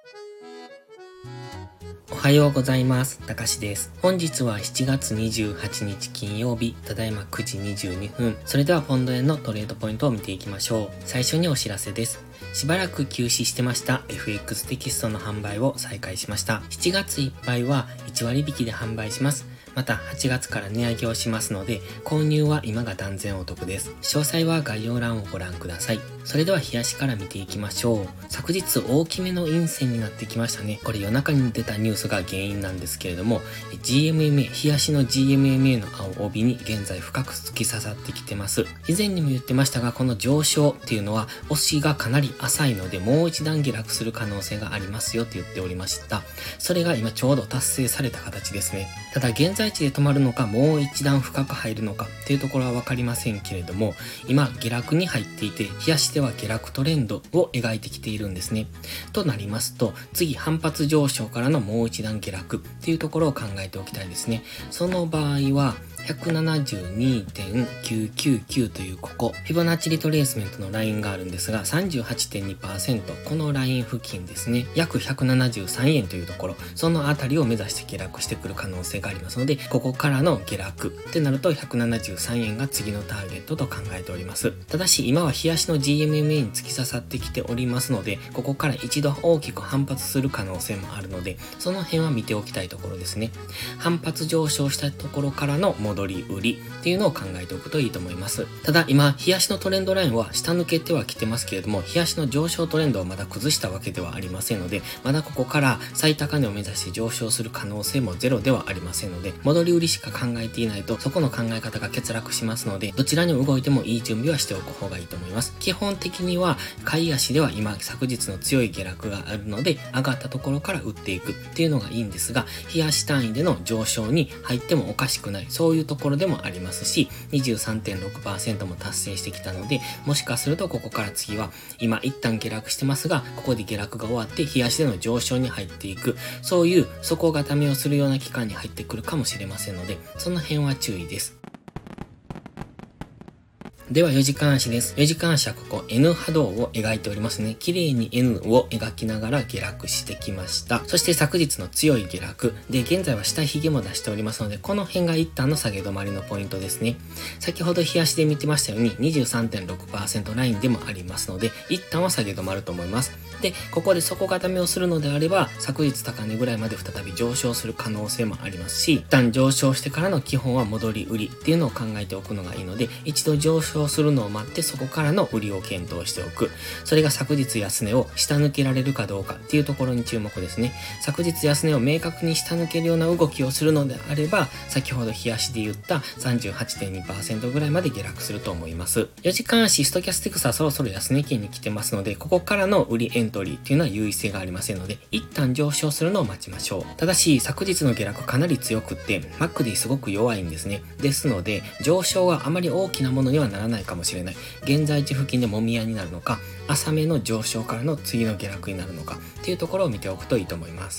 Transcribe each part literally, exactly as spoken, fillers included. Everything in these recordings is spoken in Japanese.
おはようございます。たかしです。本日はしちがつにじゅうはちにち金曜日、ただいまくじにじゅうにふん。それではポンド円のトレードポイントを見ていきましょう。最初にお知らせです。しばらく休止してました エフエックス テキストの販売を再開しました。しちがついっぱいはいちわりびきで販売します。またはちがつから値上げをしますので、購入は今が断然お得です。詳細は概要欄をご覧ください。それでは冷やしから見ていきましょう。昨日大きめの陰線になってきましたね。これ夜中に出たニュースが原因なんですけれども、ジーエムエムエー、冷やしの ジーエムエムエー の青帯に現在深く突き刺さってきてます。以前にも言ってましたが、この上昇っていうのは押しがかなり浅いので、もう一段下落する可能性がありますよって言っておりました。それが今ちょうど達成された形ですね。ただ現在地で止まるのか、もう一段深く入るのかっていうところはわかりませんけれども、今下落に入っていて、冷やしでは下落トレンドを描いてきているんですね。となりますと、次反発上昇からのもう一段下落っていうところを考えておきたいですね。その場合は、ひゃくななじゅうにてんきゅうきゅうきゅう というここ、フィボナッチリトレースメントのラインがあるんですが、さんじゅうはちてんにパーセント、このライン付近ですね、約ひゃくななじゅうさんえんというところ、そのあたりを目指して下落してくる可能性がありますので、ここからの下落ってなるとひゃくななじゅうさんえんが次のターゲットと考えております。ただし今は冷やしの ジーエムエムエー に突き刺さってきておりますので、ここから一度大きく反発する可能性もあるので、その辺は見ておきたいところですね。反発上昇したところからの戻り売りっていうのを考えておくといいと思います。ただ今、冷やしのトレンドラインは下抜けてはきてますけれども、冷やしの上昇トレンドをまだ崩したわけではありませんので、まだここから最高値を目指して上昇する可能性もゼロではありませんので、戻り売りしか考えていないと、そこの考え方が欠落しますので、どちらに動いてもいい準備はしておく方がいいと思います。基本的には、買い足では今、昨日の強い下落があるので、上がったところから売っていくっていうのがいいんですが、冷やし単位での上昇に入ってもおかしくない、そういうところでもありますし、にじゅうさんてんろくパーセント も達成してきたので、もしかするとここから次は、今一旦下落してますが、ここで下落が終わって、冷やしでの上昇に入っていく、そういう底固めをするような期間に入ってくるかもしれませんので、その辺は注意です。ではよじかん足です。よじかん足はここ N 波動を描いておりますね。綺麗に N を描きながら下落してきました。そして昨日の強い下落で、現在は下髭も出しておりますので、この辺が一旦の下げ止まりのポイントですね。先ほど冷やしで見てましたように にじゅうさんてんろくパーセント ラインでもありますので、一旦は下げ止まると思います。で、ここで底固めをするのであれば、昨日高値ぐらいまで再び上昇する可能性もありますし、一旦上昇してからの基本は戻り売りっていうのを考えておくのがいいので、一度上昇するのを待ってそこからの売りを検討しておく。それが昨日安値を下抜けられるかどうかっていうところに注目ですね。昨日安値を明確に下抜けるような動きをするのであれば、先ほど冷やしで言った さんじゅうはちてんにパーセント ぐらいまで下落すると思います。よじかん足ストキャスティクスはそろそろ安値圏に来てますので、ここからの売りエントリーっていうのは優位性がありませんので、一旦上昇するのを待ちましょう。ただし、昨日の下落かなり強くって、マック ディー すごく弱いんですね。ですので、上昇はあまり大きなものにはならないかもしれない。現在地付近でもみ合いになるのか、浅めの上昇からの次の下落になるのかっていうところを見ておくといいと思います。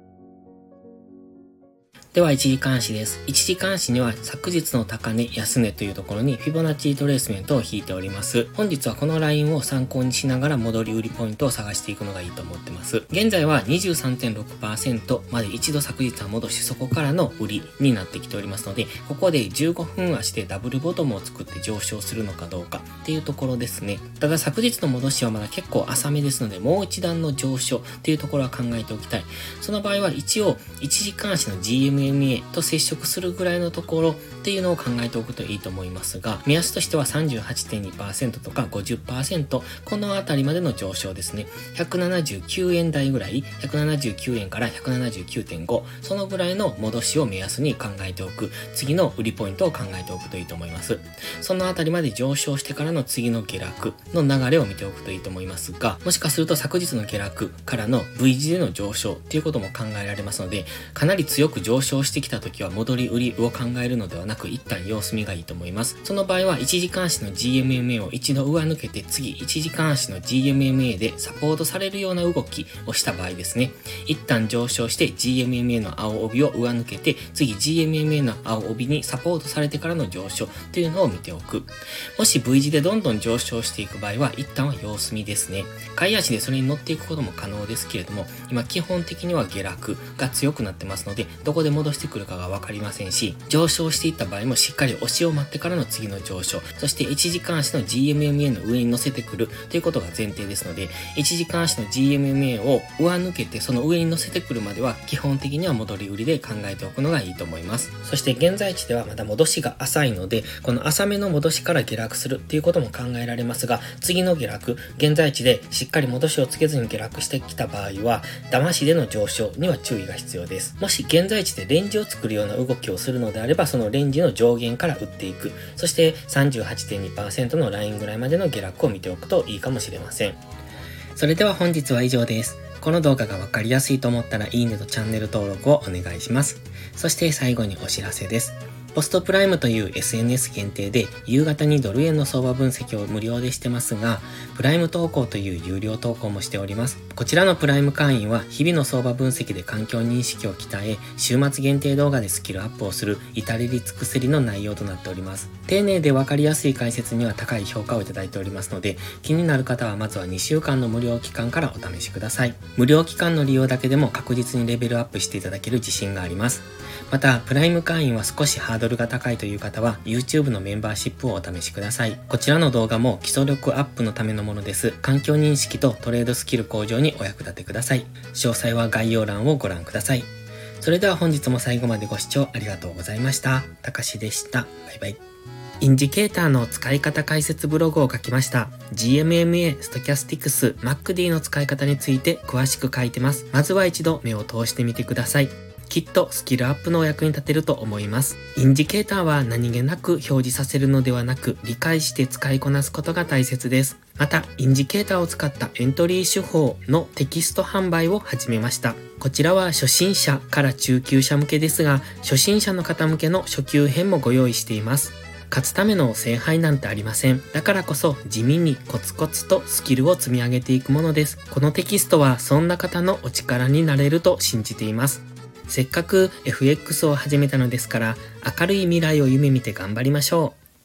ではいちじかん足です。いちじかん足には昨日の高値、安値というところにフィボナッチリトレースメントを引いております。本日はこのラインを参考にしながら戻り売りポイントを探していくのがいいと思ってます。現在は にじゅうさんてんろくパーセント まで一度昨日は戻し、そこからの売りになってきておりますので、ここでじゅうごふん足でダブルボトムを作って上昇するのかどうかっていうところですね。ただ昨日の戻しはまだ結構浅めですので、もう一段の上昇っていうところは考えておきたい。その場合は一応いちじかん足の ジーエムエムエー と接触するぐらいのところっていうのを考えておくといいと思いますが、目安としては さんじゅうはちてんにパーセント とか ごじゅっパーセント、このあたりまでの上昇ですね。ひゃくななじゅうきゅうえん台ぐらい、ひゃくななじゅうきゅうえんからひゃくななじゅうきゅうてんご、そのぐらいの戻しを目安に考えておく。次の売りポイントを考えておくといいと思います。そのあたりまで上昇してからの次の下落の流れを見ておくといいと思いますが、もしかすると昨日の下落からの V 字での上昇っていうことも考えられますので、かなり強く上昇してきた時は戻り売りを考えるのではなくく一旦様子見がいいと思います。その場合はいちじかん足の ジーエムエムエー を一度上抜けて、次いちじかん足の ジーエムエムエー でサポートされるような動きをした場合ですね、一旦上昇して ジーエムエムエー の青帯を上抜けて、次 ジーエムエムエー の青帯にサポートされてからの上昇というのを見ておく。もし V 字でどんどん上昇していく場合は一旦は様子見ですね。買い足でそれに乗っていくことも可能ですけれども、今基本的には下落が強くなってますので、どこで戻してくるかがわかりませんし、上昇していった場合もしっかり押しを待ってからの次の上昇、そしていちじかん足の ジーエムエムエー の上に乗せてくるということが前提ですので、いちじかん足の ジーエムエムエー を上抜けてその上に乗せてくるまでは基本的には戻り売りで考えておくのがいいと思います。そして現在地ではまだ戻しが浅いので、この浅めの戻しから下落するっていうことも考えられますが、次の下落、現在地でしっかり戻しをつけずに下落してきた場合は、騙しでの上昇には注意が必要です。もし現在地でレンジを作るような動きをするのであれば、そのレンジの上限から売っていく。そして さんじゅうはちてんにパーセント のラインぐらいまでの下落を見ておくといいかもしれません。それでは本日は以上です。この動画がわかりやすいと思ったらいいねとチャンネル登録をお願いします。そして最後にお知らせです。ポストプライムという エスエヌエス 限定で夕方にドル円の相場分析を無料でしてますが、プライム投稿という有料投稿もしております。こちらのプライム会員は日々の相場分析で環境認識を鍛え、週末限定動画でスキルアップをする至れり尽くせりの内容となっております。丁寧でわかりやすい解説には高い評価をいただいておりますので、気になる方はまずはにしゅうかんの無料期間からお試しください。無料期間の利用だけでも確実にレベルアップしていただける自信があります。また、プライム会員は少しハードルが高いという方は YouTube のメンバーシップをお試しください。こちらの動画も基礎力アップのためのものです。環境認識とトレードスキル向上にお役立てください。詳細は概要欄をご覧ください。それでは本日も最後までご視聴ありがとうございました。たかしでした。バイバイ。インジケーターの使い方解説ブログを書きました。ジーエムエムエー、ストキャスティクス、マックディ の使い方について詳しく書いてます。まずは一度目を通してみてください。きっとスキルアップのお役に立てると思います。インジケーターは何気なく表示させるのではなく、理解して使いこなすことが大切です。また、インジケーターを使ったエントリー手法のテキスト販売を始めました。こちらは初心者から中級者向けですが、初心者の方向けの初級編もご用意しています。勝つための聖杯なんてありません。だからこそ地味にコツコツとスキルを積み上げていくものです。このテキストはそんな方のお力になれると信じています。せっかく エフエックス を始めたのですから、明るい未来を夢見て頑張りましょう。